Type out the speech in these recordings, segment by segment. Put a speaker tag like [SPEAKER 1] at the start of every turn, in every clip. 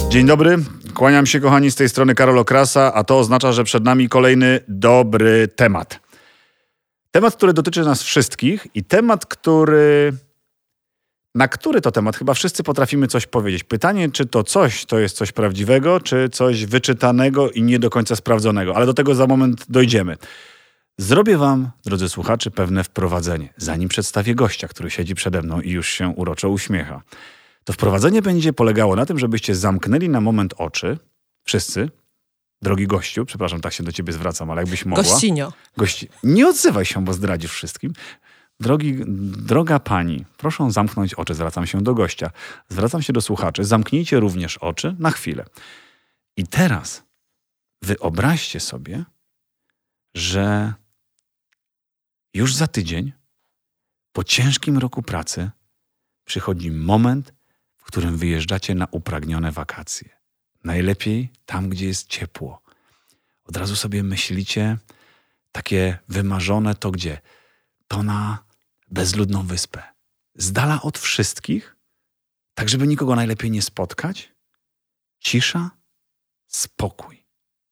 [SPEAKER 1] Dzień dobry, kłaniam się kochani z tej strony Karol Okrasa, a to oznacza, że przed nami kolejny dobry temat. Temat, który dotyczy nas wszystkich i temat, na który to temat chyba wszyscy potrafimy coś powiedzieć. Pytanie, czy to coś to jest coś prawdziwego, czy coś wyczytanego i nie do końca sprawdzonego, ale do tego za moment dojdziemy. Zrobię wam, drodzy słuchacze, pewne wprowadzenie, zanim przedstawię gościa, który siedzi przede mną i już się uroczo uśmiecha. To wprowadzenie będzie polegało na tym, żebyście zamknęli na moment oczy, wszyscy, drogi gościu, przepraszam, tak się do ciebie zwracam, ale jakbyś mogła.
[SPEAKER 2] Gościnio.
[SPEAKER 1] Nie odzywaj się, bo zdradzisz wszystkim. Droga pani, proszę zamknąć oczy, zwracam się do gościa, zwracam się do słuchaczy, zamknijcie również oczy na chwilę. I teraz wyobraźcie sobie, że już za tydzień, po ciężkim roku pracy, przychodzi moment, w którym wyjeżdżacie na upragnione wakacje. Najlepiej tam, gdzie jest ciepło. Od razu sobie myślicie, takie wymarzone to gdzie? To na bezludną wyspę. Z dala od wszystkich, tak żeby nikogo najlepiej nie spotkać. Cisza, spokój.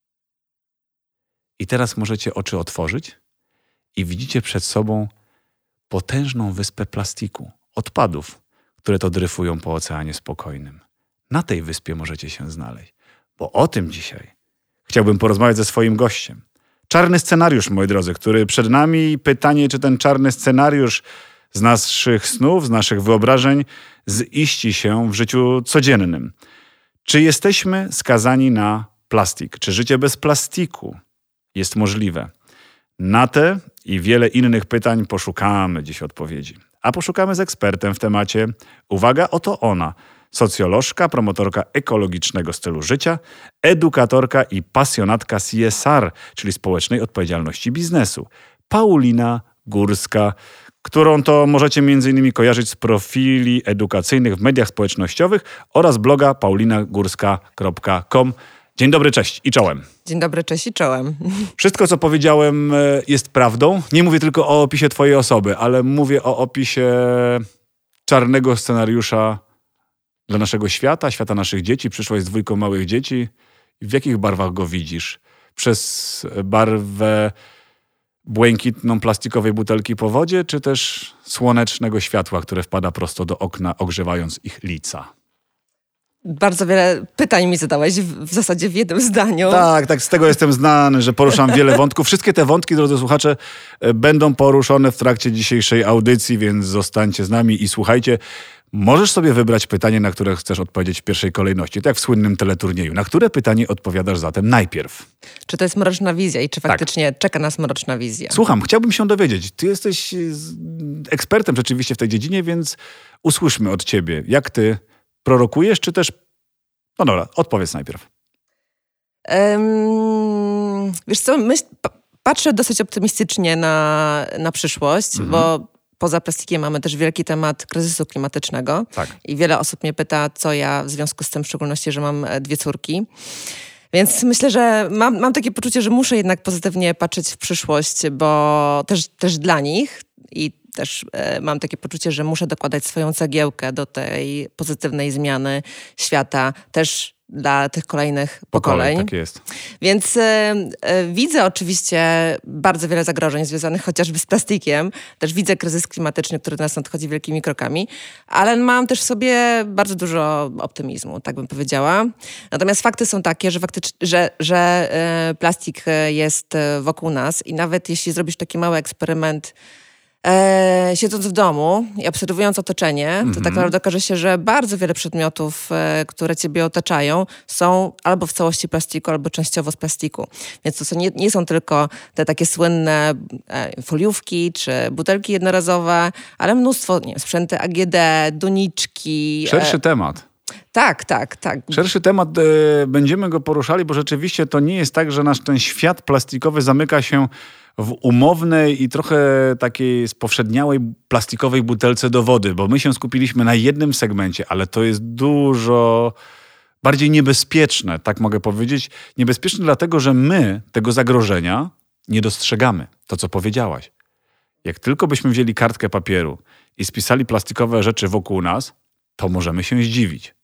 [SPEAKER 1] I teraz możecie oczy otworzyć i widzicie przed sobą potężną wyspę plastiku, odpadów, które to dryfują po oceanie spokojnym. Na tej wyspie możecie się znaleźć, bo o tym dzisiaj chciałbym porozmawiać ze swoim gościem. Czarny scenariusz, moi drodzy, który przed nami. Pytanie, czy ten czarny scenariusz z naszych snów, z naszych wyobrażeń ziści się w życiu codziennym. Czy jesteśmy skazani na plastik? Czy życie bez plastiku jest możliwe? Na te i wiele innych pytań poszukamy dziś odpowiedzi. A poszukamy z ekspertem w temacie. Uwaga, oto ona. Socjolożka, promotorka ekologicznego stylu życia, edukatorka i pasjonatka CSR, czyli społecznej odpowiedzialności biznesu. Paulina Górska, którą to możecie m.in. kojarzyć z profili edukacyjnych w mediach społecznościowych oraz bloga paulinagórska.com. Dzień dobry, cześć i czołem.
[SPEAKER 2] Dzień dobry, cześć i czołem.
[SPEAKER 1] Wszystko, co powiedziałem, jest prawdą. Nie mówię tylko o opisie twojej osoby, ale mówię o opisie czarnego scenariusza dla naszego świata, świata naszych dzieci. Przyszłaś z 2 małych dzieci. W jakich barwach go widzisz? Przez barwę błękitną plastikowej butelki po wodzie, czy też słonecznego światła, które wpada prosto do okna, ogrzewając ich lica?
[SPEAKER 2] Bardzo wiele pytań mi zadałeś w zasadzie w jednym zdaniu.
[SPEAKER 1] Tak, z tego jestem znany, że poruszam wiele wątków. Wszystkie te wątki, drodzy słuchacze, będą poruszone w trakcie dzisiejszej audycji, więc zostańcie z nami i słuchajcie. Możesz sobie wybrać pytanie, na które chcesz odpowiedzieć w pierwszej kolejności, tak jak w słynnym teleturnieju. Na które pytanie odpowiadasz zatem najpierw?
[SPEAKER 2] Czy to jest mroczna wizja i czy faktycznie czeka nas mroczna wizja?
[SPEAKER 1] Słucham, chciałbym się dowiedzieć. Ty jesteś ekspertem rzeczywiście w tej dziedzinie, więc usłyszmy od ciebie, jak ty prorokujesz, czy też... No dobra, odpowiedz najpierw.
[SPEAKER 2] Wiesz co, patrzę dosyć optymistycznie na przyszłość, bo poza plastikiem mamy też wielki temat kryzysu klimatycznego.
[SPEAKER 1] Tak.
[SPEAKER 2] I wiele osób mnie pyta, co ja w związku z tym, w szczególności, że mam 2 córki. Więc myślę, że mam takie poczucie, że muszę jednak pozytywnie patrzeć w przyszłość, bo też dla nich i też mam takie poczucie, że muszę dokładać swoją cegiełkę do tej pozytywnej zmiany świata, też dla tych kolejnych pokoleń.
[SPEAKER 1] Tak jest.
[SPEAKER 2] Więc widzę oczywiście bardzo wiele zagrożeń związanych chociażby z plastikiem. Też widzę kryzys klimatyczny, który do nas nadchodzi wielkimi krokami, ale mam też w sobie bardzo dużo optymizmu, tak bym powiedziała. Natomiast fakty są takie, że plastik jest wokół nas i nawet jeśli zrobisz taki mały eksperyment, siedząc w domu i obserwując otoczenie, to tak naprawdę okaże się, że bardzo wiele przedmiotów, które ciebie otaczają, są albo w całości plastiku, albo częściowo z plastiku. Więc to nie są tylko te takie słynne foliówki czy butelki jednorazowe, ale mnóstwo sprzęty AGD, doniczki.
[SPEAKER 1] Szerszy temat.
[SPEAKER 2] Tak.
[SPEAKER 1] Szerszy temat, będziemy go poruszali, bo rzeczywiście to nie jest tak, że nasz ten świat plastikowy zamyka się w umownej i trochę takiej spowszedniałej plastikowej butelce do wody, bo my się skupiliśmy na jednym segmencie, ale to jest dużo bardziej niebezpieczne, tak mogę powiedzieć. Niebezpieczne dlatego, że my tego zagrożenia nie dostrzegamy, to co powiedziałaś. Jak tylko byśmy wzięli kartkę papieru i spisali plastikowe rzeczy wokół nas, to możemy się zdziwić,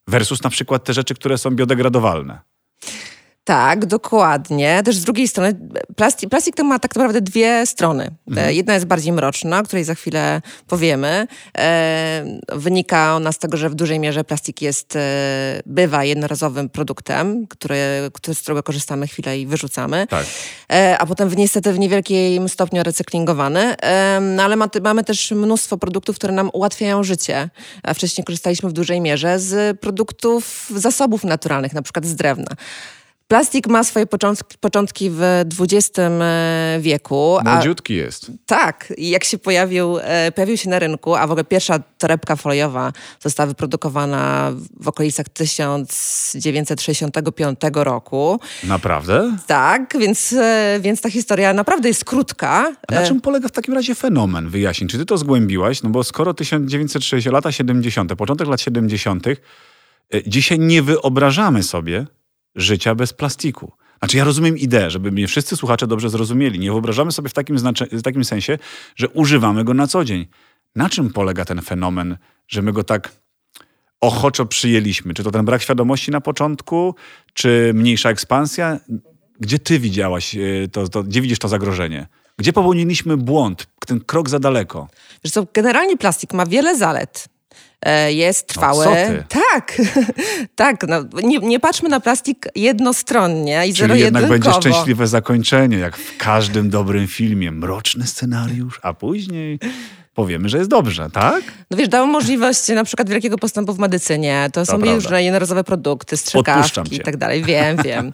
[SPEAKER 1] Versus na przykład te rzeczy, które są biodegradowalne.
[SPEAKER 2] Tak, dokładnie. Też z drugiej strony plastik to ma tak naprawdę dwie strony. Jedna jest bardziej mroczna, o której za chwilę powiemy. Wynika ona z tego, że w dużej mierze plastik bywa jednorazowym produktem, z którego korzystamy chwilę i wyrzucamy.
[SPEAKER 1] Tak.
[SPEAKER 2] A potem niestety w niewielkim stopniu recyklingowany. Ale mamy też mnóstwo produktów, które nam ułatwiają życie. A wcześniej korzystaliśmy w dużej mierze z produktów, zasobów naturalnych, na przykład z drewna. Plastik ma swoje początki w XX wieku.
[SPEAKER 1] Młodziutki jest.
[SPEAKER 2] Tak. I jak się pojawił się na rynku, a w ogóle pierwsza torebka foliowa została wyprodukowana w okolicach 1965 roku.
[SPEAKER 1] Naprawdę?
[SPEAKER 2] Tak, więc ta historia naprawdę jest krótka.
[SPEAKER 1] A na czym polega w takim razie fenomen? Wyjaśnij, czy ty to zgłębiłaś? No bo skoro 1960, lata 70., początek lat 70., dzisiaj nie wyobrażamy sobie życia bez plastiku. Znaczy ja rozumiem ideę, żeby mnie wszyscy słuchacze dobrze zrozumieli. Nie wyobrażamy sobie w takim sensie, że używamy go na co dzień. Na czym polega ten fenomen, że my go tak ochoczo przyjęliśmy? Czy to ten brak świadomości na początku, czy mniejsza ekspansja? Gdzie ty widziałaś gdzie widzisz to zagrożenie? Gdzie popełniliśmy błąd, ten krok za daleko?
[SPEAKER 2] Wiesz co, generalnie plastik ma wiele zalet. Jest trwały.
[SPEAKER 1] No, co ty?
[SPEAKER 2] Tak, tak. No, nie patrzmy na plastik jednostronnie i
[SPEAKER 1] Czyli jednak będzie
[SPEAKER 2] zero-jedynkowo.
[SPEAKER 1] szczęśliwe zakończenie, jak w każdym dobrym filmie. Mroczny scenariusz, a później powiemy, że jest dobrze, tak?
[SPEAKER 2] No wiesz, dało możliwość na przykład wielkiego postępu w medycynie. To są
[SPEAKER 1] prawda.
[SPEAKER 2] różne jednorazowe produkty,
[SPEAKER 1] Odpuszczam
[SPEAKER 2] strzykawki
[SPEAKER 1] cię.
[SPEAKER 2] i tak dalej. Wiem.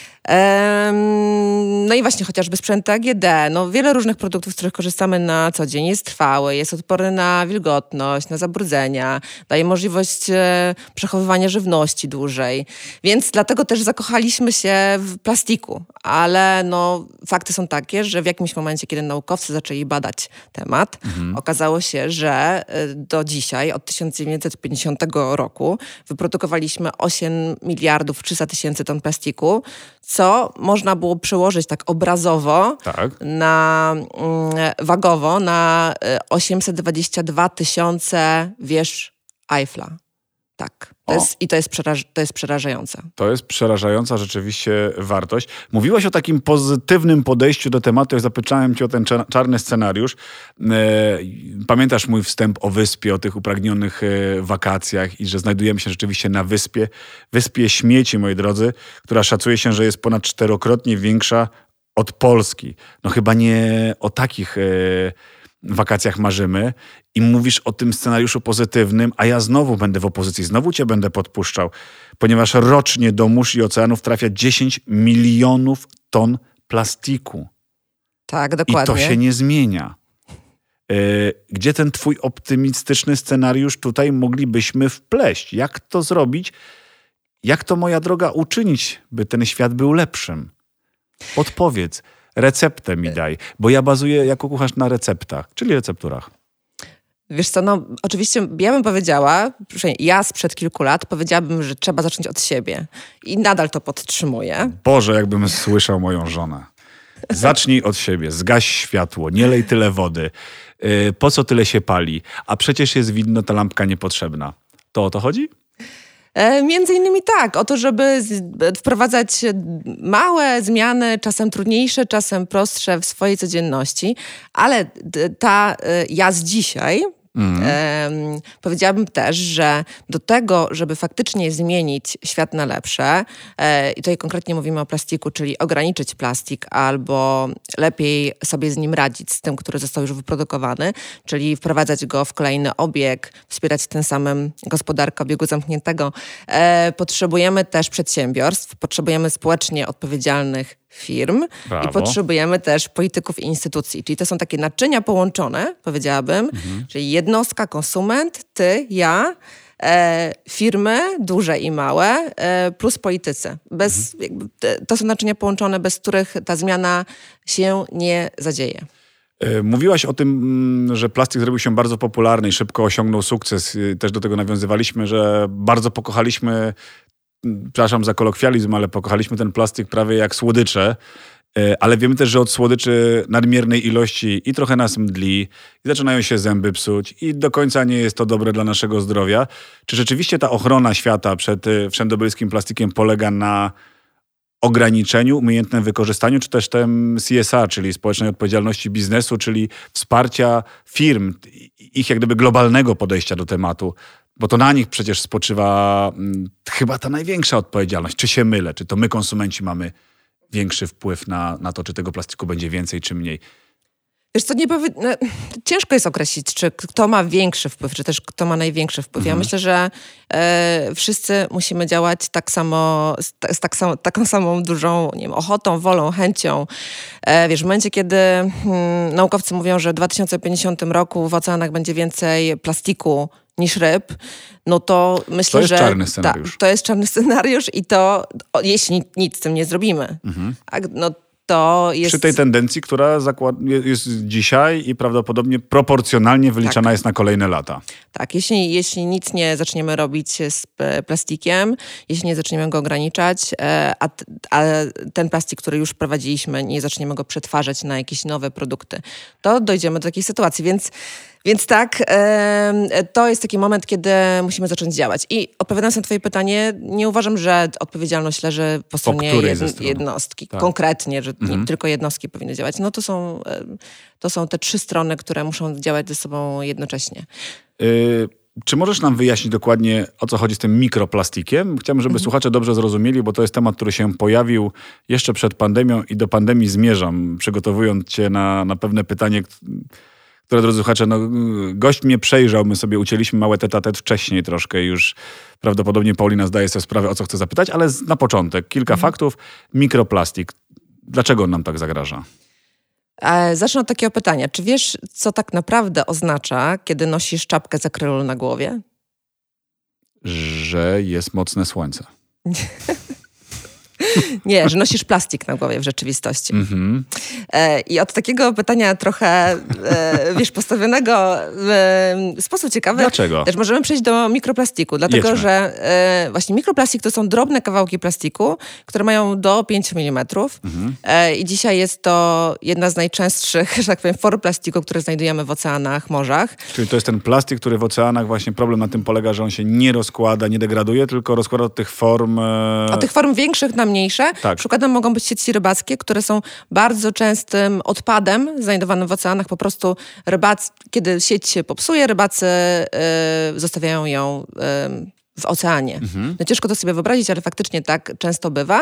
[SPEAKER 2] No i właśnie chociażby sprzęty AGD. No, wiele różnych produktów, z których korzystamy na co dzień jest trwały, jest odporny na wilgotność, na zabrudzenia, daje możliwość przechowywania żywności dłużej. Więc dlatego też zakochaliśmy się w plastiku. Ale no, fakty są takie, że w jakimś momencie, kiedy naukowcy zaczęli badać temat, okazało się, że do dzisiaj, od 1950 roku, wyprodukowaliśmy 8 miliardów 300 tysięcy ton plastiku, co można było przełożyć tak obrazowo, wagowo na 822 tysiące wież Eiffla. Tak. To jest przerażające.
[SPEAKER 1] To jest przerażająca rzeczywiście wartość. Mówiłaś o takim pozytywnym podejściu do tematu, jak zapytałem cię o ten czarny scenariusz. Pamiętasz mój wstęp o wyspie, o tych upragnionych wakacjach i że znajdujemy się rzeczywiście na wyspie śmieci, moi drodzy, która szacuje się, że jest ponad 4-krotnie większa od Polski. No chyba nie o takich wakacjach marzymy i mówisz o tym scenariuszu pozytywnym, a ja znowu będę w opozycji, znowu cię będę podpuszczał, ponieważ rocznie do mórz i oceanów trafia 10 milionów ton plastiku.
[SPEAKER 2] Tak, dokładnie.
[SPEAKER 1] I to się nie zmienia. Gdzie ten twój optymistyczny scenariusz tutaj moglibyśmy wpleść? Jak to zrobić? Jak to, moja droga, uczynić, by ten świat był lepszym? Podpowiedz. Receptę mi daj, bo ja bazuję jako kucharz na receptach, czyli recepturach.
[SPEAKER 2] Wiesz co, no oczywiście ja bym powiedziała, ja sprzed kilku lat powiedziałabym, że trzeba zacząć od siebie i nadal to podtrzymuję.
[SPEAKER 1] Boże, jakbym słyszał moją żonę. Zacznij od siebie, zgaś światło, nie lej tyle wody, po co tyle się pali, a przecież jest widno, ta lampka niepotrzebna. To o to chodzi?
[SPEAKER 2] Między innymi tak, o to, żeby wprowadzać małe zmiany, czasem trudniejsze, czasem prostsze w swojej codzienności, ale ja z dzisiaj powiedziałabym też, że do tego, żeby faktycznie zmienić świat na lepsze, i tutaj konkretnie mówimy o plastiku, czyli ograniczyć plastik albo lepiej sobie z nim radzić, z tym, który został już wyprodukowany, czyli wprowadzać go w kolejny obieg, wspierać tym samym gospodarkę obiegu zamkniętego. Potrzebujemy też przedsiębiorstw, potrzebujemy społecznie odpowiedzialnych firm.
[SPEAKER 1] Brawo.
[SPEAKER 2] I potrzebujemy też polityków i instytucji. Czyli to są takie naczynia połączone, powiedziałabym, czyli jednostka, konsument, ty, ja, firmy duże i małe, plus politycy. To są naczynia połączone, bez których ta zmiana się nie zadzieje.
[SPEAKER 1] Mówiłaś o tym, że plastik zrobił się bardzo popularny i szybko osiągnął sukces. Też do tego nawiązywaliśmy, że bardzo pokochaliśmy, przepraszam za kolokwializm, ale pokochaliśmy ten plastik prawie jak słodycze. Ale wiemy też, że od słodyczy nadmiernej ilości i trochę nas mdli, i zaczynają się zęby psuć i do końca nie jest to dobre dla naszego zdrowia. Czy rzeczywiście ta ochrona świata przed wszędobylskim plastikiem polega na ograniczeniu, umiejętnym wykorzystaniu, czy też tym CSR, czyli społecznej odpowiedzialności biznesu, czyli wsparcia firm, ich jak gdyby globalnego podejścia do tematu, bo to na nich przecież spoczywa chyba ta największa odpowiedzialność. Czy się mylę? Czy to my, konsumenci, mamy większy wpływ na to, czy tego plastiku będzie więcej, czy mniej?
[SPEAKER 2] Wiesz co, ciężko jest określić, czy kto ma większy wpływ, czy też kto ma największy wpływ. Ja myślę, że wszyscy musimy działać taką samą dużą, nie wiem, ochotą, wolą, chęcią. Wiesz, w momencie, kiedy naukowcy mówią, że w 2050 roku w oceanach będzie więcej plastiku niż ryb, no to myślę, że...
[SPEAKER 1] To jest czarny scenariusz.
[SPEAKER 2] To jest czarny scenariusz i to, jeśli nic z tym nie zrobimy, no to jest...
[SPEAKER 1] Przy tej tendencji, która jest dzisiaj i prawdopodobnie proporcjonalnie wyliczana jest na kolejne lata.
[SPEAKER 2] Tak, jeśli nic nie zaczniemy robić z plastikiem, jeśli nie zaczniemy go ograniczać, a ten plastik, który już wprowadziliśmy, nie zaczniemy go przetwarzać na jakieś nowe produkty, to dojdziemy do takiej sytuacji. Więc tak, to jest taki moment, kiedy musimy zacząć działać. I odpowiadając na twoje pytanie, nie uważam, że odpowiedzialność leży po stronie jednostki. Tak. Konkretnie, że nie tylko jednostki powinny działać. No to są te 3 strony, które muszą działać ze sobą jednocześnie.
[SPEAKER 1] Czy możesz nam wyjaśnić dokładnie, o co chodzi z tym mikroplastikiem? Chciałbym, żeby słuchacze dobrze zrozumieli, bo to jest temat, który się pojawił jeszcze przed pandemią i do pandemii zmierzam, przygotowując cię na pewne pytanie, które, drodzy słuchacze, gość mnie przejrzał, my sobie ucięliśmy małe tete-a-tete wcześniej troszkę już. Prawdopodobnie Paulina zdaje sobie sprawę, o co chcę zapytać, ale na początek kilka faktów. Mikroplastik. Dlaczego on nam tak zagraża?
[SPEAKER 2] Zacznę od takiego pytania. Czy wiesz, co tak naprawdę oznacza, kiedy nosisz czapkę z akrylu na głowie?
[SPEAKER 1] Że jest mocne słońce.
[SPEAKER 2] Nie, że nosisz plastik na głowie w rzeczywistości. I od takiego pytania trochę, postawionego w sposób ciekawy.
[SPEAKER 1] Dlaczego?
[SPEAKER 2] Też możemy przejść do mikroplastiku, dlatego że właśnie mikroplastik to są drobne kawałki plastiku, które mają do 5 mm. I dzisiaj jest to jedna z najczęstszych, że tak powiem, form plastiku, które znajdujemy w oceanach, morzach.
[SPEAKER 1] Czyli to jest ten plastik, który w oceanach właśnie problem na tym polega, że on się nie rozkłada, nie degraduje, tylko rozkłada od tych form...
[SPEAKER 2] Od tych form większych na mniejsze.
[SPEAKER 1] Tak.
[SPEAKER 2] Przykładem mogą być sieci rybackie, które są bardzo częstym odpadem znajdowanym w oceanach. Po prostu kiedy sieć się popsuje, rybacy zostawiają ją w oceanie. No ciężko to sobie wyobrazić, ale faktycznie tak często bywa.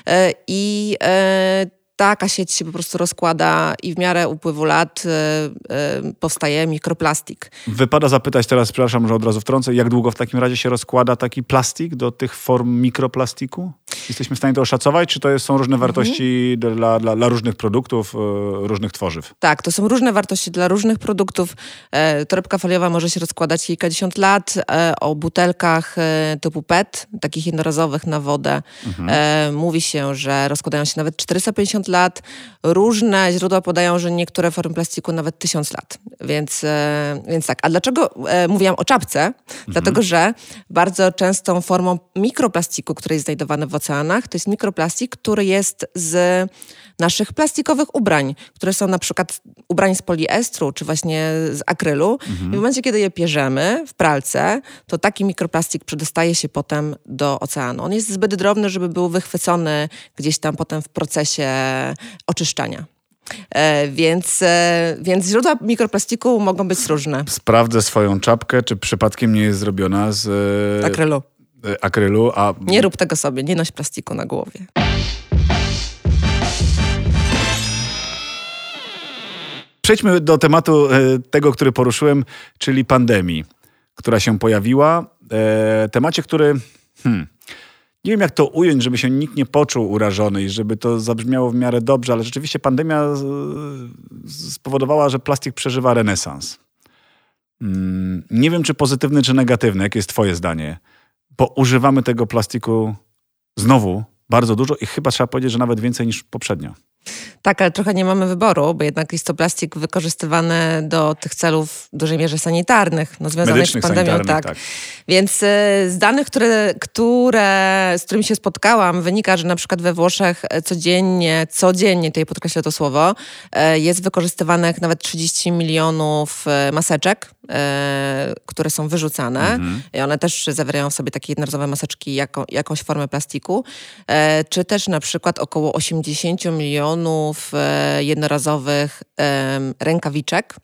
[SPEAKER 2] Taka sieć się po prostu rozkłada i w miarę upływu lat powstaje mikroplastik.
[SPEAKER 1] Wypada zapytać teraz, przepraszam, że od razu wtrącę, jak długo w takim razie się rozkłada taki plastik do tych form mikroplastiku? Jesteśmy w stanie to oszacować? Czy to są różne wartości dla różnych produktów, różnych tworzyw?
[SPEAKER 2] Tak, to są różne wartości dla różnych produktów. Torebka foliowa może się rozkładać kilkadziesiąt lat. O butelkach typu PET, takich jednorazowych na wodę, mówi się, że rozkładają się nawet 450 lat. Różne źródła podają, że niektóre formy plastiku nawet 1000 lat. Więc tak. A dlaczego mówiłam o czapce? Dlatego, że bardzo częstą formą mikroplastiku, który jest znajdowany w oceanach, to jest mikroplastik, który jest z naszych plastikowych ubrań, które są na przykład ubrań z poliestru, czy właśnie z akrylu. I w momencie, kiedy je pierzemy w pralce, to taki mikroplastik przedostaje się potem do oceanu. On jest zbyt drobny, żeby był wychwycony gdzieś tam potem w procesie oczyszczania. Więc źródła mikroplastiku mogą być różne.
[SPEAKER 1] Sprawdzę swoją czapkę, czy przypadkiem nie jest zrobiona z akrylu.
[SPEAKER 2] Nie rób tego sobie, nie noś plastiku na głowie.
[SPEAKER 1] Przejdźmy do tematu tego, który poruszyłem, czyli pandemii, która się pojawiła. Temacie, który... Nie wiem, jak to ująć, żeby się nikt nie poczuł urażony i żeby to zabrzmiało w miarę dobrze, ale rzeczywiście pandemia spowodowała, że plastik przeżywa renesans. Nie wiem, czy pozytywny, czy negatywny. Jakie jest twoje zdanie? Bo używamy tego plastiku znowu bardzo dużo i chyba trzeba powiedzieć, że nawet więcej niż poprzednio.
[SPEAKER 2] Tak, ale trochę nie mamy wyboru, bo jednak jest to plastik wykorzystywany do tych celów w dużej mierze sanitarnych, związanych
[SPEAKER 1] medycznych,
[SPEAKER 2] z pandemią. Tak. Więc z danych, z którymi się spotkałam, wynika, że na przykład we Włoszech codziennie, tutaj podkreślę to słowo, jest wykorzystywanych nawet 30 milionów maseczek, które są wyrzucane. I one też zawierają w sobie takie jednorazowe maseczki, jakąś formę plastiku. Czy też na przykład około 80 milionów jednorazowych rękawiczek.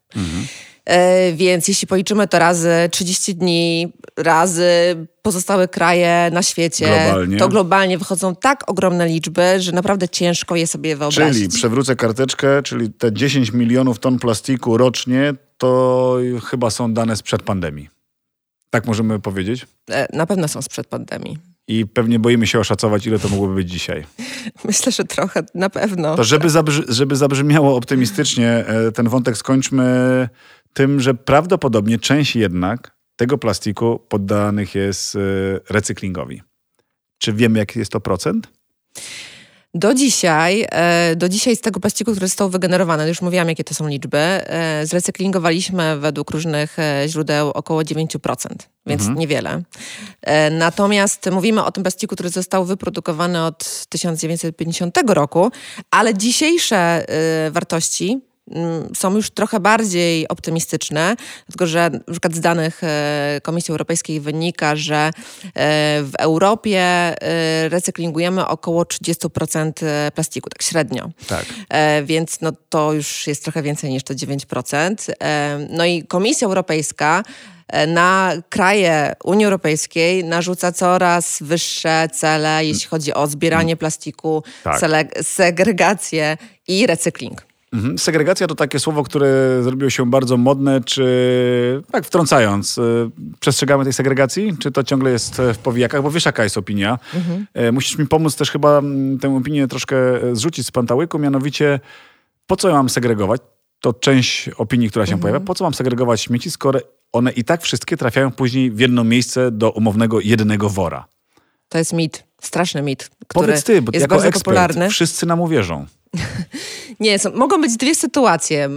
[SPEAKER 2] Więc jeśli policzymy to razy 30 dni, razy pozostałe kraje na świecie, to globalnie wychodzą tak ogromne liczby, że naprawdę ciężko je sobie wyobrazić.
[SPEAKER 1] Czyli przewrócę karteczkę, czyli te 10 milionów ton plastiku rocznie to chyba są dane sprzed pandemii. Tak możemy powiedzieć?
[SPEAKER 2] Na pewno są sprzed pandemii.
[SPEAKER 1] I pewnie boimy się oszacować, ile to mogłoby być dzisiaj.
[SPEAKER 2] Myślę, że trochę, na pewno.
[SPEAKER 1] To żeby zabrzmiało optymistycznie, ten wątek skończmy tym, że prawdopodobnie część jednak tego plastiku poddanych jest recyklingowi. Czy wiemy, jaki jest to procent?
[SPEAKER 2] Do dzisiaj z tego plastiku, który został wygenerowany, już mówiłam, jakie to są liczby, zrecyklingowaliśmy według różnych źródeł około 9%, więc niewiele. Natomiast mówimy o tym plastiku, który został wyprodukowany od 1950 roku, ale dzisiejsze wartości są już trochę bardziej optymistyczne, dlatego że na przykład z danych Komisji Europejskiej wynika, że w Europie recyklingujemy około 30% plastiku, tak średnio.
[SPEAKER 1] Tak.
[SPEAKER 2] Więc to już jest trochę więcej niż to 9%. No i Komisja Europejska na kraje Unii Europejskiej narzuca coraz wyższe cele, jeśli chodzi o zbieranie plastiku, segregację i recykling.
[SPEAKER 1] Segregacja to takie słowo, które zrobiło się bardzo modne, czy tak wtrącając, przestrzegamy tej segregacji? Czy to ciągle jest w powijakach? Bo wiesz, jaka jest opinia. Musisz mi pomóc też chyba tę opinię troszkę zrzucić z pantałyku, mianowicie po co ja mam segregować? To część opinii, która się pojawia. Po co mam segregować śmieci, skoro one i tak wszystkie trafiają później w jedno miejsce do umownego jednego wora?
[SPEAKER 2] To jest mit, straszny mit, który
[SPEAKER 1] Powiedz ty, bo
[SPEAKER 2] jest
[SPEAKER 1] jako
[SPEAKER 2] bardzo
[SPEAKER 1] ekspert
[SPEAKER 2] popularny.
[SPEAKER 1] Wszyscy nam uwierzą.
[SPEAKER 2] Nie, mogą być dwie sytuacje.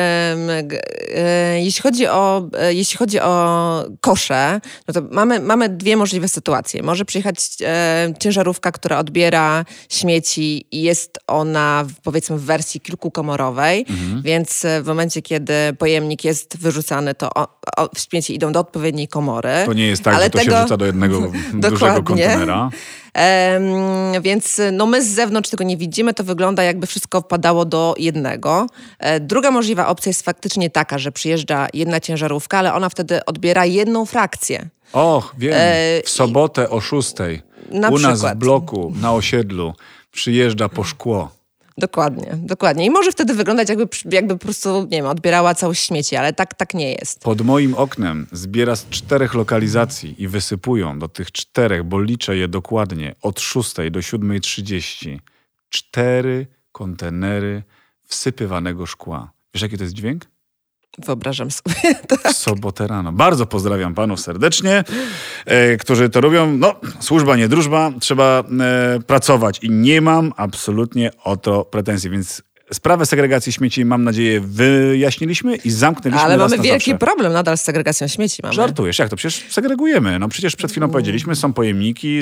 [SPEAKER 2] Jeśli chodzi o kosze, no to mamy dwie możliwe sytuacje. Może przyjechać ciężarówka, która odbiera śmieci i jest ona powiedzmy w wersji kilkukomorowej, więc w momencie, kiedy pojemnik jest wyrzucany, to śmieci idą do odpowiedniej komory.
[SPEAKER 1] To nie jest tak, że to się wrzuca do jednego dużego kontenera.
[SPEAKER 2] Więc my z zewnątrz tego nie widzimy, to wygląda jakby wszystko wpadało do jednego. Druga możliwa opcja jest faktycznie taka, że przyjeżdża jedna ciężarówka, ale ona wtedy odbiera jedną frakcję.
[SPEAKER 1] Och, wiem, w sobotę o 6:00 u nas w bloku, na osiedlu, przyjeżdża po szkło.
[SPEAKER 2] Dokładnie. I może wtedy wyglądać jakby po prostu, nie wiem, odbierała całość śmieci, ale tak nie jest.
[SPEAKER 1] Pod moim oknem zbiera z 4 lokalizacji i wysypują do tych 4, bo liczę je dokładnie, od 6:00 do 7:30. 4 kontenery wsypywanego szkła. Wiesz, jaki to jest dźwięk?
[SPEAKER 2] Wyobrażam sobie. Tak.
[SPEAKER 1] W sobotę rano. Bardzo pozdrawiam panów serdecznie, którzy to robią. Służba, nie drużba. Trzeba pracować i nie mam absolutnie o to pretensji, więc sprawę segregacji śmieci, mam nadzieję, wyjaśniliśmy i zamknęliśmy.
[SPEAKER 2] Ale mamy
[SPEAKER 1] na
[SPEAKER 2] wielki
[SPEAKER 1] zawsze.
[SPEAKER 2] problem nadal z segregacją śmieci.
[SPEAKER 1] Żartujesz, jak to? Przecież segregujemy. Przecież przed chwilą powiedzieliśmy, są pojemniki.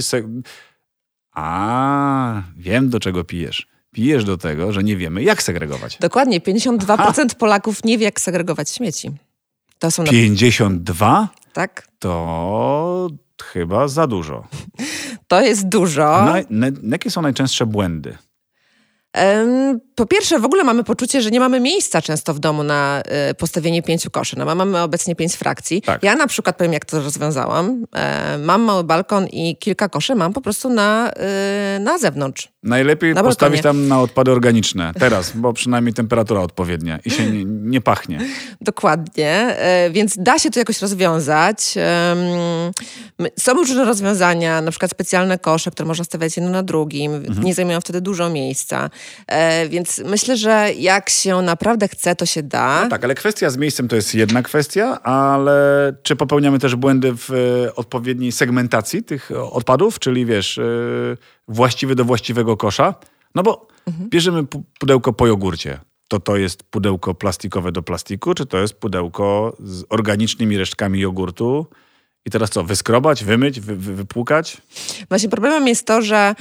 [SPEAKER 1] Wiem, do czego pijesz. Pijesz do tego, że nie wiemy, jak segregować.
[SPEAKER 2] Dokładnie, 52% Polaków nie wie, jak segregować śmieci. To są
[SPEAKER 1] 52?
[SPEAKER 2] Tak.
[SPEAKER 1] To chyba za dużo.
[SPEAKER 2] To jest dużo.
[SPEAKER 1] Jakie są najczęstsze błędy?
[SPEAKER 2] Po pierwsze, w ogóle mamy poczucie, że nie mamy miejsca często w domu na postawienie 5 koszy. Mamy obecnie 5 frakcji.
[SPEAKER 1] Tak.
[SPEAKER 2] Ja na przykład powiem, jak to rozwiązałam. Mam mały balkon i kilka koszy mam po prostu na zewnątrz.
[SPEAKER 1] Najlepiej postawić tam na odpady organiczne teraz, bo przynajmniej temperatura odpowiednia i się nie pachnie.
[SPEAKER 2] Dokładnie, więc da się to jakoś rozwiązać. Są różne rozwiązania, na przykład specjalne kosze, które można stawiać jedno na drugim. Nie zajmują wtedy dużo miejsca. Więc myślę, że jak się naprawdę chce, to się da.
[SPEAKER 1] No tak, ale kwestia z miejscem to jest jedna kwestia, ale czy popełniamy też błędy w odpowiedniej segmentacji tych odpadów, czyli właściwy do właściwego kosza? No bo bierzemy pudełko po jogurcie. To jest pudełko plastikowe do plastiku, czy to jest pudełko z organicznymi resztkami jogurtu? I teraz co, wyskrobać, wymyć, wypłukać?
[SPEAKER 2] Właśnie problemem jest to, że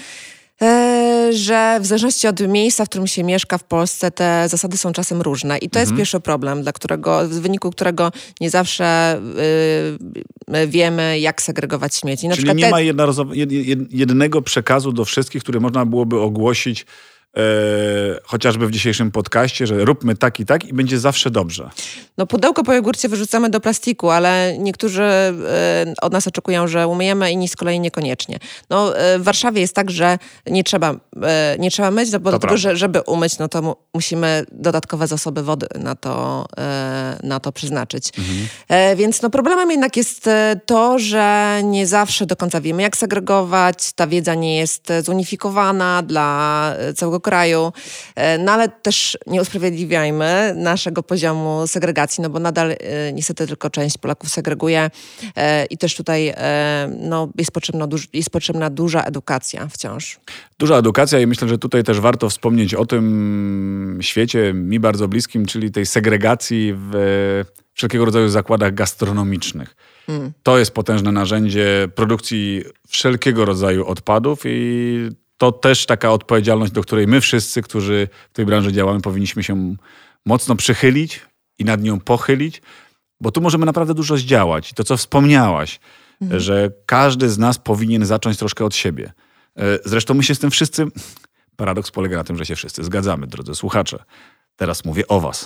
[SPEAKER 2] w zależności od miejsca, w którym się mieszka w Polsce, te zasady są czasem różne. I to jest pierwszy problem, w wyniku którego nie zawsze wiemy, jak segregować śmieci. Na
[SPEAKER 1] Czyli
[SPEAKER 2] przykład
[SPEAKER 1] nie ma jednego przekazu do wszystkich, który można byłoby ogłosić chociażby w dzisiejszym podcaście, że róbmy tak i będzie zawsze dobrze.
[SPEAKER 2] No pudełko po jogurcie wyrzucamy do plastiku, ale niektórzy od nas oczekują, że umyjemy, inni z kolei niekoniecznie. No w Warszawie jest tak, że nie trzeba myć, no bo do tego, żeby umyć, no to musimy dodatkowe zasoby wody na to przeznaczyć. Więc no problemem jednak jest to, że nie zawsze do końca wiemy, jak segregować. Ta wiedza nie jest zunifikowana dla całego kraju, no ale też nie usprawiedliwiajmy naszego poziomu segregacji, no bo nadal niestety tylko część Polaków segreguje i też tutaj no, jest potrzebna duża edukacja wciąż.
[SPEAKER 1] Duża edukacja i myślę, że tutaj też warto wspomnieć o tym świecie mi bardzo bliskim, czyli tej segregacji w wszelkiego rodzaju zakładach gastronomicznych. To jest potężne narzędzie produkcji wszelkiego rodzaju odpadów i to też taka odpowiedzialność, do której my wszyscy, którzy w tej branży działamy, powinniśmy się mocno przychylić i nad nią pochylić, bo tu możemy naprawdę dużo zdziałać. I to, co wspomniałaś, że każdy z nas powinien zacząć troszkę od siebie. Zresztą my się z tym wszyscy... Paradoks polega na tym, że się wszyscy zgadzamy, drodzy słuchacze. Teraz mówię o was.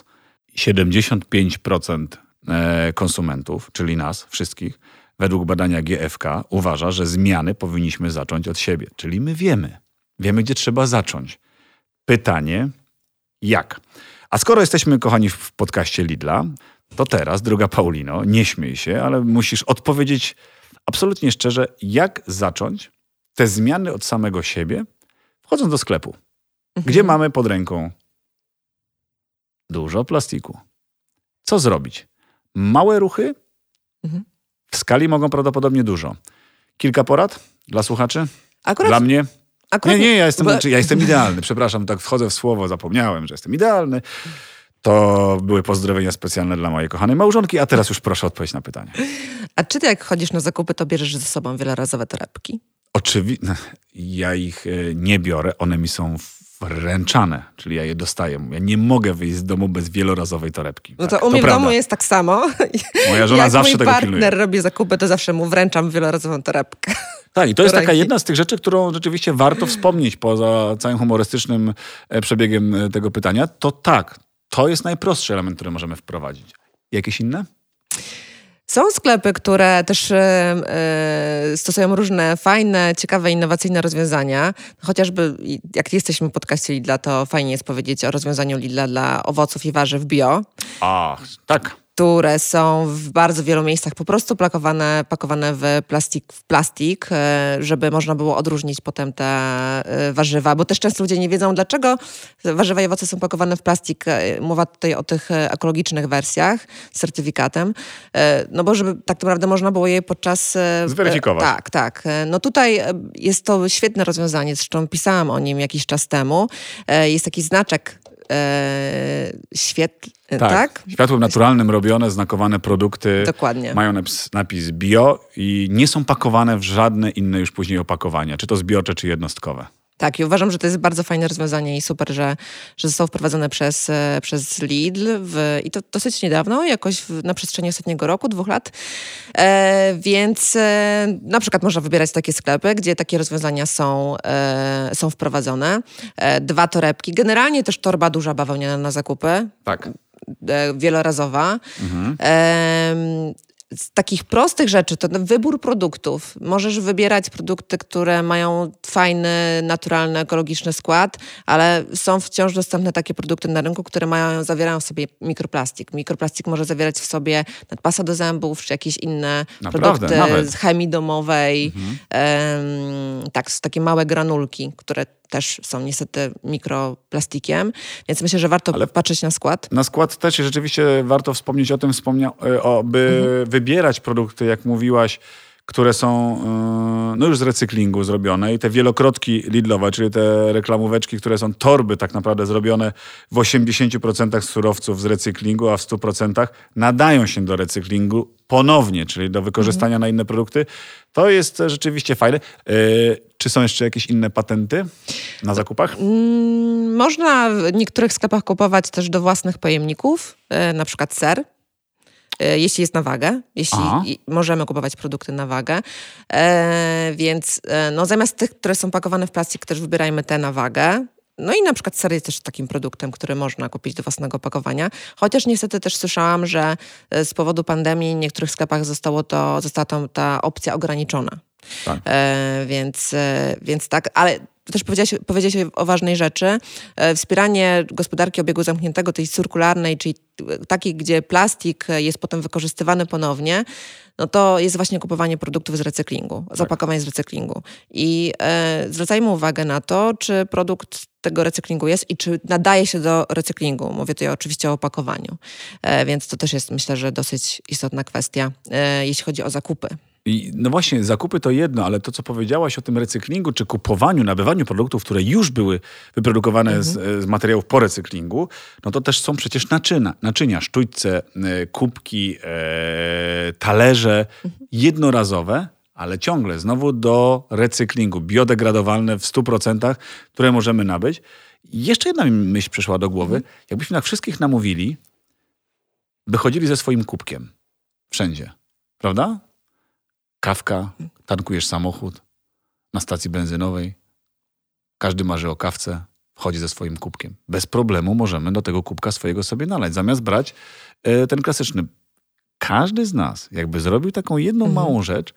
[SPEAKER 1] 75% konsumentów, czyli nas wszystkich, według badania GfK uważa, że zmiany powinniśmy zacząć od siebie. Czyli my wiemy. Wiemy, gdzie trzeba zacząć. Pytanie, jak? A skoro jesteśmy, kochani, w podcaście Lidla, to teraz, droga Paulino, nie śmiej się, ale musisz odpowiedzieć absolutnie szczerze, jak zacząć te zmiany od samego siebie, wchodząc do sklepu, gdzie mamy pod ręką dużo plastiku. Co zrobić? Małe ruchy? W skali mogą prawdopodobnie dużo. Kilka porad dla słuchaczy? Dla mnie? Nie, ja jestem idealny. Przepraszam, tak wchodzę w słowo, zapomniałem, że jestem idealny. To były pozdrowienia specjalne dla mojej kochanej małżonki, a teraz już proszę odpowiedź na pytanie.
[SPEAKER 2] A czy ty jak chodzisz na zakupy, to bierzesz ze sobą wielorazowe torebki?
[SPEAKER 1] Oczywiście, ja ich nie biorę, one mi są wręczane, czyli ja je dostaję. Ja nie mogę wyjść z domu bez wielorazowej torebki.
[SPEAKER 2] No to u mnie w domu jest tak samo.
[SPEAKER 1] Moja żona zawsze tego pilnuje. Jak
[SPEAKER 2] mój partner robi zakupy, to zawsze mu wręczam wielorazową torebkę.
[SPEAKER 1] Tak, i to jest taka jedna z tych rzeczy, którą rzeczywiście warto wspomnieć poza całym humorystycznym przebiegiem tego pytania. To tak, to jest najprostszy element, który możemy wprowadzić. Jakieś inne?
[SPEAKER 2] Są sklepy, które też stosują różne fajne, ciekawe, innowacyjne rozwiązania. Chociażby jak jesteśmy w podcaście Lidla, to fajnie jest powiedzieć o rozwiązaniu Lidla dla owoców i warzyw bio.
[SPEAKER 1] Ach, tak.
[SPEAKER 2] Które są w bardzo wielu miejscach po prostu pakowane w plastik, żeby można było odróżnić potem te warzywa, bo też często ludzie nie wiedzą, dlaczego warzywa i owoce są pakowane w plastik. Mowa tutaj o tych ekologicznych wersjach z certyfikatem, no bo żeby tak naprawdę można było je podczas...
[SPEAKER 1] Zweryfikować.
[SPEAKER 2] Tak. No tutaj jest to świetne rozwiązanie, zresztą pisałam o nim jakiś czas temu. Jest taki znaczek tak?
[SPEAKER 1] Światłem naturalnym robione, znakowane produkty.
[SPEAKER 2] Dokładnie.
[SPEAKER 1] Mają napis bio i nie są pakowane w żadne inne już później opakowania, czy to zbiorcze, czy jednostkowe.
[SPEAKER 2] Tak, i uważam, że to jest bardzo fajne rozwiązanie i super, że zostało wprowadzone przez Lidl i to dosyć niedawno, jakoś na przestrzeni ostatniego roku, 2 lat. Więc na przykład można wybierać takie sklepy, gdzie takie rozwiązania są wprowadzone. 2 torebki, generalnie też torba duża bawełniana na zakupy.
[SPEAKER 1] Tak.
[SPEAKER 2] Wielorazowa. Z takich prostych rzeczy to wybór produktów. Możesz wybierać produkty, które mają fajny, naturalny, ekologiczny skład, ale są wciąż dostępne takie produkty na rynku, które zawierają w sobie mikroplastik. Mikroplastik może zawierać w sobie pasta do zębów, czy jakieś inne produkty z chemii domowej. Tak, są takie małe granulki, które też są niestety mikroplastikiem, więc myślę, że warto patrzeć na skład.
[SPEAKER 1] Na skład też rzeczywiście warto wspomnieć o tym, by wybierać produkty, jak mówiłaś, które są no już z recyklingu zrobione i te wielokrotki Lidlowe, czyli te reklamóweczki, które są torby tak naprawdę zrobione w 80% z surowców z recyklingu, a w 100% nadają się do recyklingu ponownie, czyli do wykorzystania na inne produkty. To jest rzeczywiście fajne. Czy są jeszcze jakieś inne patenty na zakupach?
[SPEAKER 2] Można w niektórych sklepach kupować też do własnych pojemników, na przykład ser. Jeśli jest na wagę, jeśli możemy kupować produkty na wagę. Więc no, zamiast tych, które są pakowane w plastik, też wybierajmy te na wagę. No i na przykład ser jest też takim produktem, który można kupić do własnego opakowania. Chociaż niestety też słyszałam, że z powodu pandemii w niektórych sklepach została ta opcja ograniczona.
[SPEAKER 1] Tak.
[SPEAKER 2] Więc tak, ale też powiedziałaś o ważnej rzeczy. Wspieranie gospodarki obiegu zamkniętego, tej cyrkularnej, czyli takiej, gdzie plastik jest potem wykorzystywany ponownie, no to jest właśnie kupowanie produktów z recyklingu, z opakowań z recyklingu. I zwracajmy uwagę na to, czy produkt tego recyklingu jest i czy nadaje się do recyklingu. Mówię tutaj oczywiście o opakowaniu. Więc to też jest, myślę, że dosyć istotna kwestia, jeśli chodzi o zakupy.
[SPEAKER 1] I no właśnie, zakupy to jedno, ale to, co powiedziałaś o tym recyklingu, czy kupowaniu, nabywaniu produktów, które już były wyprodukowane z materiałów po recyklingu, no to też są przecież naczynia, sztućce, kubki, talerze jednorazowe, ale ciągle znowu do recyklingu, biodegradowalne w 100%, które możemy nabyć. I jeszcze jedna myśl przyszła do głowy. Jakbyśmy na wszystkich namówili, by chodzili ze swoim kubkiem. Wszędzie. Prawda? Kawka, tankujesz samochód na stacji benzynowej. Każdy marzy o kawce, wchodzi ze swoim kubkiem. Bez problemu możemy do tego kubka swojego sobie nalać. Zamiast brać ten klasyczny. Każdy z nas jakby zrobił taką jedną małą rzecz,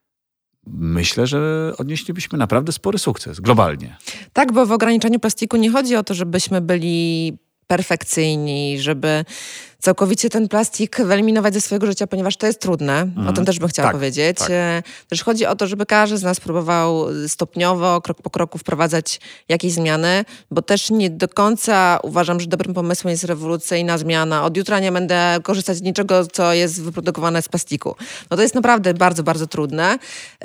[SPEAKER 1] myślę, że odnieślibyśmy naprawdę spory sukces globalnie. Tak,
[SPEAKER 2] bo w ograniczaniu plastiku nie chodzi o to, żebyśmy byli perfekcyjni, żeby całkowicie ten plastik wyeliminować ze swojego życia, ponieważ to jest trudne. O tym też bym chciała powiedzieć. Tak. Też chodzi o to, żeby każdy z nas próbował stopniowo, krok po kroku wprowadzać jakieś zmiany, bo też nie do końca uważam, że dobrym pomysłem jest rewolucyjna zmiana. Od jutra nie będę korzystać z niczego, co jest wyprodukowane z plastiku. No to jest naprawdę bardzo, bardzo trudne.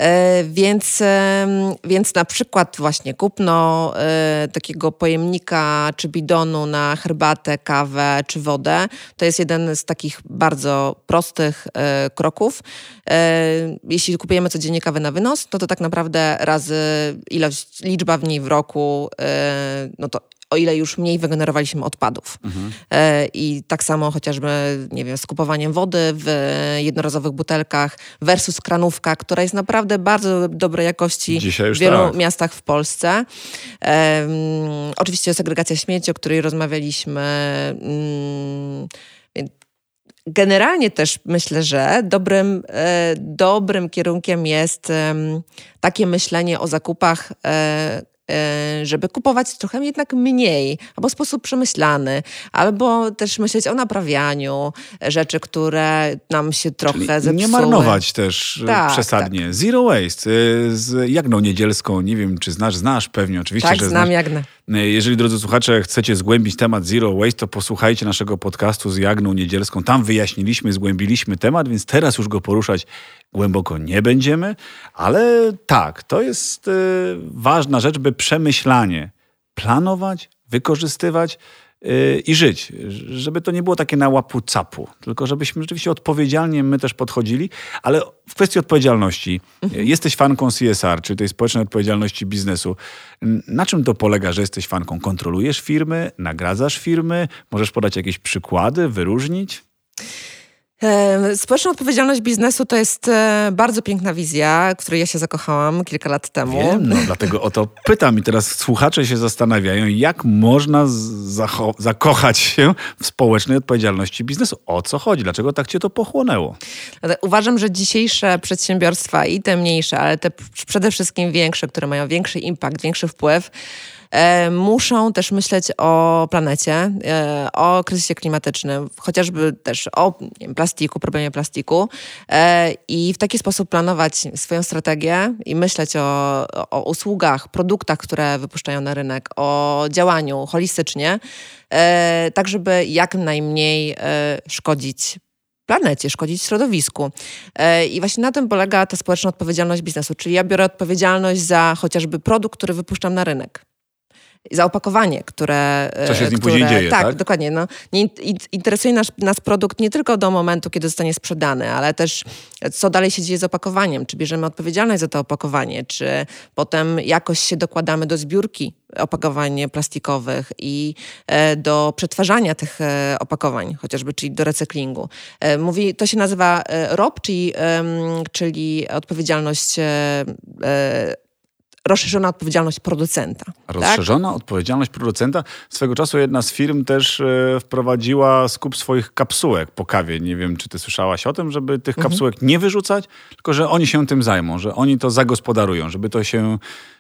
[SPEAKER 2] Więc na przykład właśnie kupno takiego pojemnika czy bidonu na herbatę, kawę czy wodę, to jest jeden z takich bardzo prostych kroków. Jeśli kupujemy codziennie kawę na wynos, to tak naprawdę razy liczba w niej w roku, no to o ile już mniej wygenerowaliśmy odpadów. I tak samo chociażby, nie wiem, z kupowaniem wody w jednorazowych butelkach versus kranówka, która jest naprawdę bardzo dobrej jakości w wielu miastach w Polsce. Oczywiście segregacja śmieci, o której rozmawialiśmy. Generalnie też myślę, że dobrym kierunkiem jest takie myślenie o zakupach, żeby kupować trochę jednak mniej, albo w sposób przemyślany, albo też myśleć o naprawianiu rzeczy, które nam się trochę zepsuły.
[SPEAKER 1] Nie marnować też przesadnie. Tak. Zero waste. Z Jagną Niedzielską, nie wiem, czy znasz pewnie, oczywiście,
[SPEAKER 2] tak,
[SPEAKER 1] że
[SPEAKER 2] znam Jagnę.
[SPEAKER 1] Jeżeli, drodzy słuchacze, chcecie zgłębić temat Zero Waste, to posłuchajcie naszego podcastu z Jagną Niedzielską. Tam wyjaśniliśmy, zgłębiliśmy temat, więc teraz już go poruszać głęboko nie będziemy, ale tak, to jest ważna rzecz, by przemyślanie planować, wykorzystywać i żyć. Żeby to nie było takie na łapu-capu, tylko żebyśmy rzeczywiście odpowiedzialnie my też podchodzili, ale w kwestii odpowiedzialności. Jesteś fanką CSR, czyli tej społecznej odpowiedzialności biznesu. Na czym to polega, że jesteś fanką? Kontrolujesz firmy, nagradzasz firmy? Możesz podać jakieś przykłady, wyróżnić?
[SPEAKER 2] Społeczna odpowiedzialność biznesu to jest bardzo piękna wizja, w której ja się zakochałam kilka lat temu.
[SPEAKER 1] Wiem, no dlatego o to pytam i teraz słuchacze się zastanawiają, jak można zakochać się w społecznej odpowiedzialności biznesu. O co chodzi? Dlaczego tak cię to pochłonęło?
[SPEAKER 2] Uważam, że dzisiejsze przedsiębiorstwa i te mniejsze, ale te przede wszystkim większe, które mają większy impact, większy wpływ, muszą też myśleć o planecie, o kryzysie klimatycznym, chociażby też o plastiku, problemie plastiku i w taki sposób planować swoją strategię i myśleć o usługach, produktach, które wypuszczają na rynek, o działaniu holistycznie, tak żeby jak najmniej szkodzić planecie, szkodzić środowisku. I właśnie na tym polega ta społeczna odpowiedzialność biznesu. Czyli ja biorę odpowiedzialność za chociażby produkt, który wypuszczam na rynek. Za opakowanie, które...
[SPEAKER 1] Co się z nim później dzieje, tak?
[SPEAKER 2] Tak, dokładnie. No, interesuje nas produkt nie tylko do momentu, kiedy zostanie sprzedany, ale też co dalej się dzieje z opakowaniem. Czy bierzemy odpowiedzialność za to opakowanie, czy potem jakoś się dokładamy do zbiórki opakowań plastikowych i do przetwarzania tych opakowań, chociażby, czyli do recyklingu. To się nazywa ROP, czyli odpowiedzialność rozszerzona odpowiedzialność producenta.
[SPEAKER 1] Rozszerzona
[SPEAKER 2] tak?
[SPEAKER 1] odpowiedzialność producenta. Swego czasu jedna z firm też wprowadziła skup swoich kapsułek po kawie. Nie wiem, czy ty słyszałaś o tym, żeby tych kapsułek nie wyrzucać, tylko że oni się tym zajmą, że oni to zagospodarują, żeby to się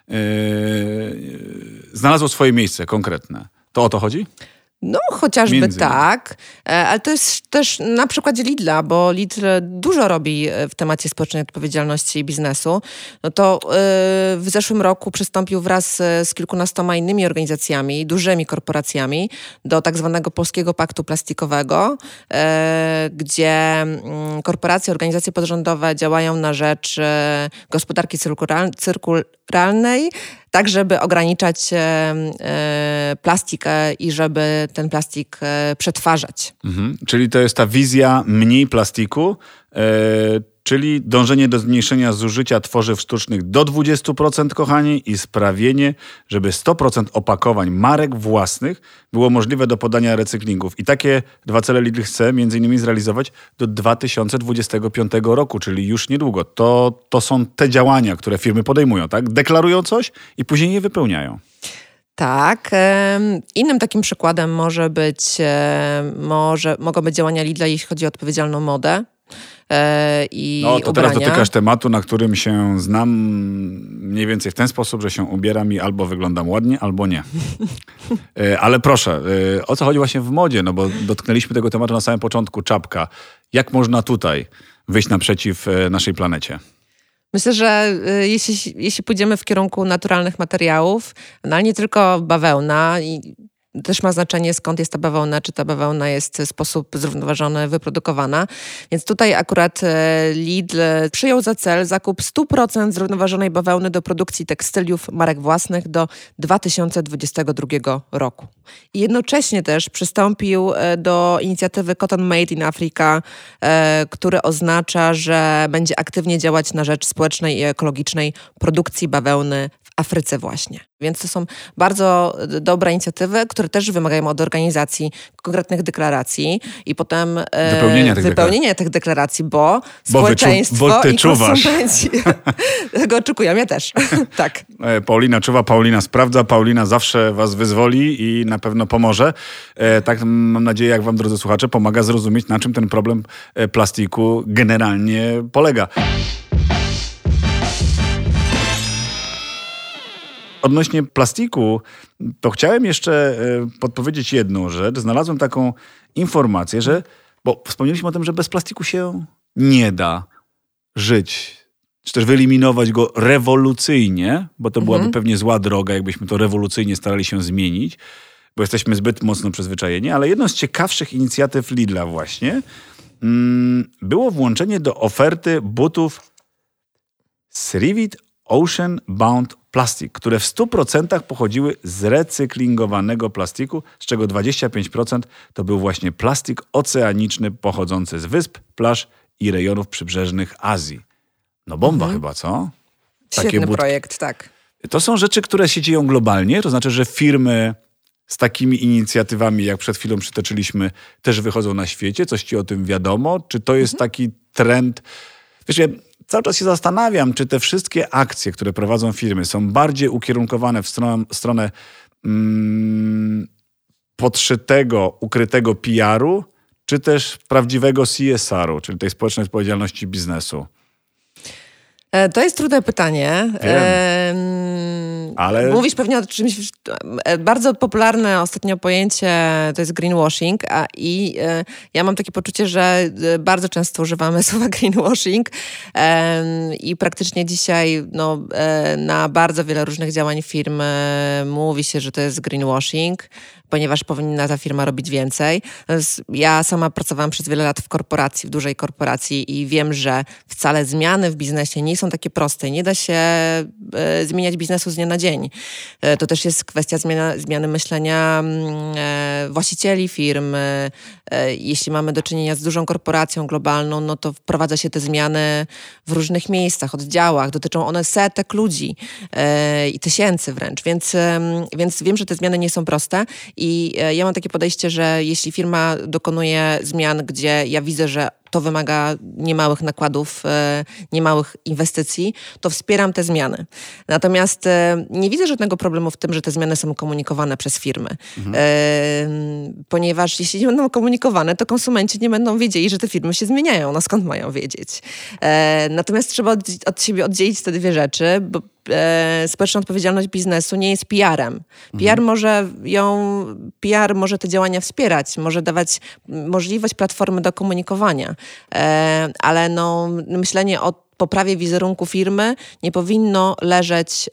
[SPEAKER 1] znalazło swoje miejsce konkretne. To o to chodzi?
[SPEAKER 2] No, chociażby tak, ale to jest też na przykładzie Lidla, bo Lidl dużo robi w temacie społecznej odpowiedzialności biznesu. No to w zeszłym roku przystąpił wraz z kilkunastoma innymi organizacjami, dużymi korporacjami do tak zwanego Polskiego Paktu Plastikowego, gdzie korporacje, organizacje pozarządowe działają na rzecz gospodarki cyrkularnej, tak żeby ograniczać plastikę i żeby ten plastik przetwarzać.
[SPEAKER 1] Czyli to jest ta wizja mniej plastiku, czyli dążenie do zmniejszenia zużycia tworzyw sztucznych do 20%, kochani, i sprawienie, żeby 100% opakowań marek własnych było możliwe do podania recyklingów. I takie dwa cele Lidl chce między innymi zrealizować do 2025 roku, czyli już niedługo. To są te działania, które firmy podejmują, tak? Deklarują coś i później je wypełniają.
[SPEAKER 2] Tak. Innym takim przykładem mogą być działania Lidla, jeśli chodzi o odpowiedzialną modę. I
[SPEAKER 1] no to
[SPEAKER 2] ubrania.
[SPEAKER 1] Teraz dotykasz tematu, na którym się znam mniej więcej w ten sposób, że się ubieram i albo wyglądam ładnie, albo nie. Ale proszę, o co chodzi właśnie w modzie? No bo dotknęliśmy tego tematu na samym początku, czapka. Jak można tutaj wyjść naprzeciw naszej planecie?
[SPEAKER 2] Myślę, że jeśli pójdziemy w kierunku naturalnych materiałów, no ale nie tylko bawełna, i też ma znaczenie, skąd jest ta bawełna, czy ta bawełna jest w sposób zrównoważony wyprodukowana. Więc tutaj akurat Lidl przyjął za cel zakup 100% zrównoważonej bawełny do produkcji tekstyliów marek własnych do 2022 roku. I jednocześnie też przystąpił do inicjatywy Cotton Made in Africa, który oznacza, że będzie aktywnie działać na rzecz społecznej i ekologicznej produkcji bawełny w Afryce właśnie. Więc to są bardzo dobre inicjatywy, które też wymagają od organizacji konkretnych deklaracji i potem wypełnienia tych deklaracji, bo społeczeństwo i konsumenci tego oczekują. Ja też. Tak.
[SPEAKER 1] Paulina czuwa, Paulina sprawdza, Paulina zawsze was wyzwoli i na pewno pomoże. Tak mam nadzieję, jak wam, drodzy słuchacze, pomaga zrozumieć, na czym ten problem plastiku generalnie polega. Odnośnie plastiku, to chciałem jeszcze podpowiedzieć jedną rzecz. Znalazłem taką informację, bo wspomnieliśmy o tym, że bez plastiku się nie da żyć, czy też wyeliminować go rewolucyjnie, bo to byłaby pewnie zła droga, jakbyśmy to rewolucyjnie starali się zmienić, bo jesteśmy zbyt mocno przyzwyczajeni, ale jedną z ciekawszych inicjatyw Lidla właśnie było włączenie do oferty butów Thrivit Ocean Bound Plastic, które w 100% pochodziły z recyklingowanego plastiku, z czego 25% to był właśnie plastik oceaniczny pochodzący z wysp, plaż i rejonów przybrzeżnych Azji. No bomba chyba, co?
[SPEAKER 2] Świetny projekt, tak.
[SPEAKER 1] To są rzeczy, które się dzieją globalnie, to znaczy, że firmy z takimi inicjatywami, jak przed chwilą przytoczyliśmy, też wychodzą na świecie. Coś ci o tym wiadomo? Czy to jest taki trend? Wiesz, ja cały czas się zastanawiam, czy te wszystkie akcje, które prowadzą firmy, są bardziej ukierunkowane w stronę podszytego, ukrytego PR-u, czy też prawdziwego CSR-u, czyli tej społecznej odpowiedzialności biznesu.
[SPEAKER 2] To jest trudne pytanie.
[SPEAKER 1] Ale...
[SPEAKER 2] Mówisz pewnie o czymś... Bardzo popularne ostatnio pojęcie to jest greenwashing i ja mam takie poczucie, że bardzo często używamy słowa greenwashing i praktycznie dzisiaj na bardzo wiele różnych działań firm mówi się, że to jest greenwashing, ponieważ powinna ta firma robić więcej. Ja sama pracowałam przez wiele lat w korporacji, w dużej korporacji i wiem, że wcale zmiany w biznesie nie są takie proste. Nie da się zmieniać biznesu z dnia na dzień. To też jest kwestia zmiany myślenia właścicieli firm. Jeśli mamy do czynienia z dużą korporacją globalną, no to wprowadza się te zmiany w różnych miejscach, oddziałach. Dotyczą one setek ludzi i tysięcy wręcz. Więc wiem, że te zmiany nie są proste i ja mam takie podejście, że jeśli firma dokonuje zmian, gdzie ja widzę, że to wymaga niemałych nakładów, niemałych inwestycji, to wspieram te zmiany. Natomiast nie widzę żadnego problemu w tym, że te zmiany są komunikowane przez firmy. Ponieważ jeśli nie będą komunikowane, to konsumenci nie będą wiedzieli, że te firmy się zmieniają. No skąd mają wiedzieć? Natomiast trzeba od siebie oddzielić te dwie rzeczy, bo społeczna odpowiedzialność biznesu nie jest PR-em. PR może te działania wspierać, może dawać możliwość platformy do komunikowania, ale myślenie o poprawie wizerunku firmy nie powinno leżeć,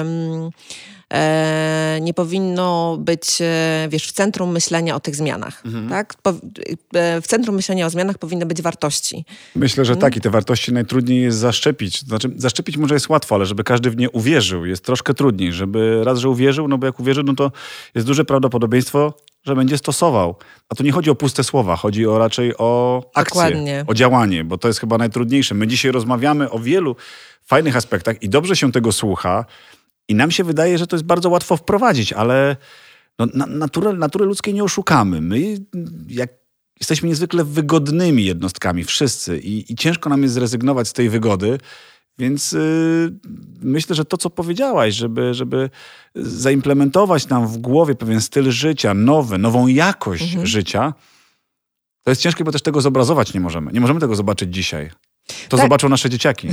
[SPEAKER 2] nie powinno być, w centrum myślenia o tych zmianach. Tak? W centrum myślenia o zmianach powinny być wartości.
[SPEAKER 1] Myślę, że tak i te wartości najtrudniej jest zaszczepić. Znaczy, zaszczepić może jest łatwo, ale żeby każdy w nie uwierzył, jest troszkę trudniej. Żeby raz, że uwierzył, no bo jak uwierzy, no to jest duże prawdopodobieństwo, że będzie stosował. A tu nie chodzi o puste słowa, chodzi raczej o akcję,
[SPEAKER 2] Dokładnie.
[SPEAKER 1] O działanie, bo to jest chyba najtrudniejsze. My dzisiaj rozmawiamy o wielu fajnych aspektach i dobrze się tego słucha, i nam się wydaje, że to jest bardzo łatwo wprowadzić, ale natury ludzkiej nie oszukamy. My jesteśmy niezwykle wygodnymi jednostkami, wszyscy. I ciężko nam jest zrezygnować z tej wygody. Więc myślę, że to, co powiedziałaś, żeby zaimplementować nam w głowie pewien styl życia, nową jakość życia, to jest ciężkie, bo też tego zobrazować nie możemy. Nie możemy tego zobaczyć dzisiaj. To zobaczą nasze dzieciaki.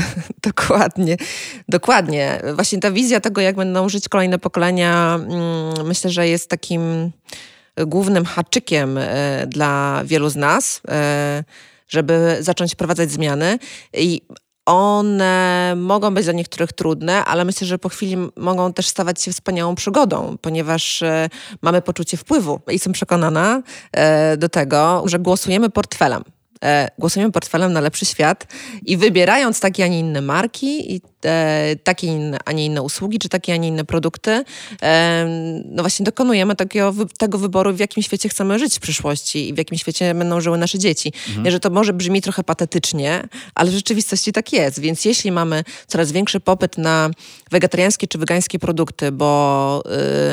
[SPEAKER 2] Dokładnie. Właśnie ta wizja tego, jak będą żyć kolejne pokolenia, myślę, że jest takim głównym haczykiem dla wielu z nas, żeby zacząć wprowadzać zmiany. I one mogą być dla niektórych trudne, ale myślę, że po chwili mogą też stawać się wspaniałą przygodą, ponieważ mamy poczucie wpływu. I jestem przekonana do tego, że głosujemy portfelem na lepszy świat i wybierając takie, a nie inne marki i takie, a nie inne usługi, czy takie, a nie inne produkty, właśnie dokonujemy tego wyboru, w jakim świecie chcemy żyć w przyszłości i w jakim świecie będą żyły nasze dzieci. Że to może brzmi trochę patetycznie, ale w rzeczywistości tak jest. Więc jeśli mamy coraz większy popyt na wegetariańskie czy wegańskie produkty, bo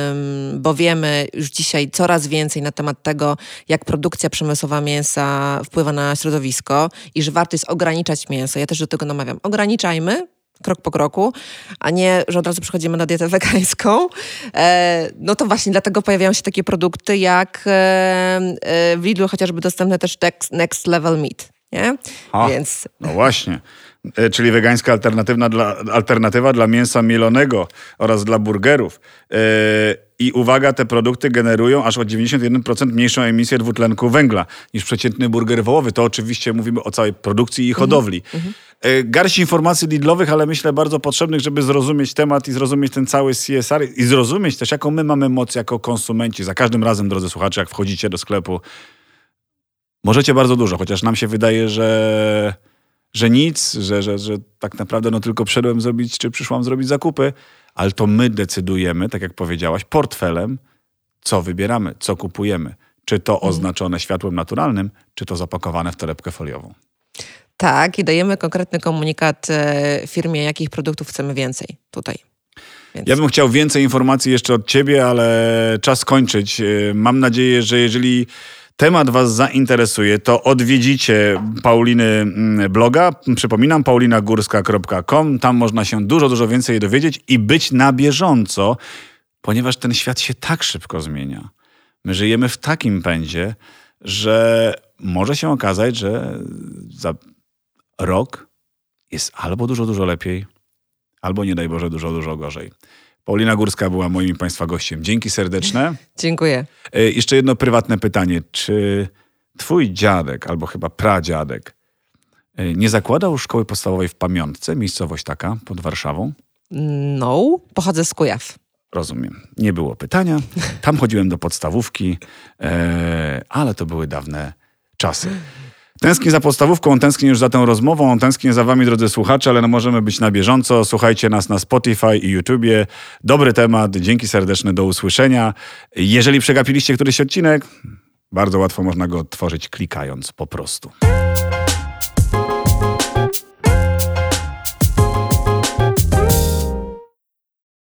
[SPEAKER 2] wiemy już dzisiaj coraz więcej na temat tego, jak produkcja przemysłowa mięsa wpływa na środowisko i że warto jest ograniczać mięso. Ja też do tego namawiam. Ograniczajmy krok po kroku, a nie, że od razu przechodzimy na dietę wegańską. No to właśnie dlatego pojawiają się takie produkty jak w Lidlu chociażby dostępne też Next Level Meat. Nie? Więc...
[SPEAKER 1] No właśnie. Czyli wegańska alternatywa dla mięsa mielonego oraz dla burgerów. I uwaga, te produkty generują aż o 91% mniejszą emisję dwutlenku węgla niż przeciętny burger wołowy. To oczywiście mówimy o całej produkcji i hodowli. Garść informacji Lidlowych, ale myślę bardzo potrzebnych, żeby zrozumieć temat i zrozumieć ten cały CSR i zrozumieć też, jaką my mamy moc jako konsumenci. Za każdym razem, drodzy słuchacze, jak wchodzicie do sklepu, możecie bardzo dużo, chociaż nam się wydaje, że nic, że tak naprawdę tylko przyszedłem zrobić, czy przyszłam zrobić zakupy, ale to my decydujemy, tak jak powiedziałaś, portfelem, co wybieramy, co kupujemy. Czy to oznaczone światłem naturalnym, czy to zapakowane w torebkę foliową.
[SPEAKER 2] Tak, i dajemy konkretny komunikat firmie, jakich produktów chcemy więcej tutaj. Więc... Ja
[SPEAKER 1] bym chciał więcej informacji jeszcze od ciebie, ale czas kończyć. Mam nadzieję, że jeżeli temat was zainteresuje, to odwiedzicie Pauliny bloga. Przypominam, paulinagórska.com. Tam można się dużo więcej dowiedzieć i być na bieżąco, ponieważ ten świat się tak szybko zmienia. My żyjemy w takim pędzie, że może się okazać, że za rok jest albo dużo lepiej, albo nie daj Boże dużo gorzej. Paulina Górska była moim Państwa gościem. Dzięki serdeczne.
[SPEAKER 2] Dziękuję.
[SPEAKER 1] Jeszcze jedno prywatne pytanie. Czy twój dziadek, albo chyba pradziadek, nie zakładał szkoły podstawowej w Pamiątce, miejscowość taka pod Warszawą?
[SPEAKER 2] No, pochodzę z Kujaw.
[SPEAKER 1] Rozumiem. Nie było pytania. Tam chodziłem do podstawówki, ale to były dawne czasy. Tęsknię za podstawówką, tęsknię już za tą rozmową, tęsknię za wami, drodzy słuchacze, ale możemy być na bieżąco. Słuchajcie nas na Spotify i YouTubie. Dobry temat. Dzięki serdeczne. Do usłyszenia. Jeżeli przegapiliście któryś odcinek, bardzo łatwo można go odtworzyć klikając po prostu.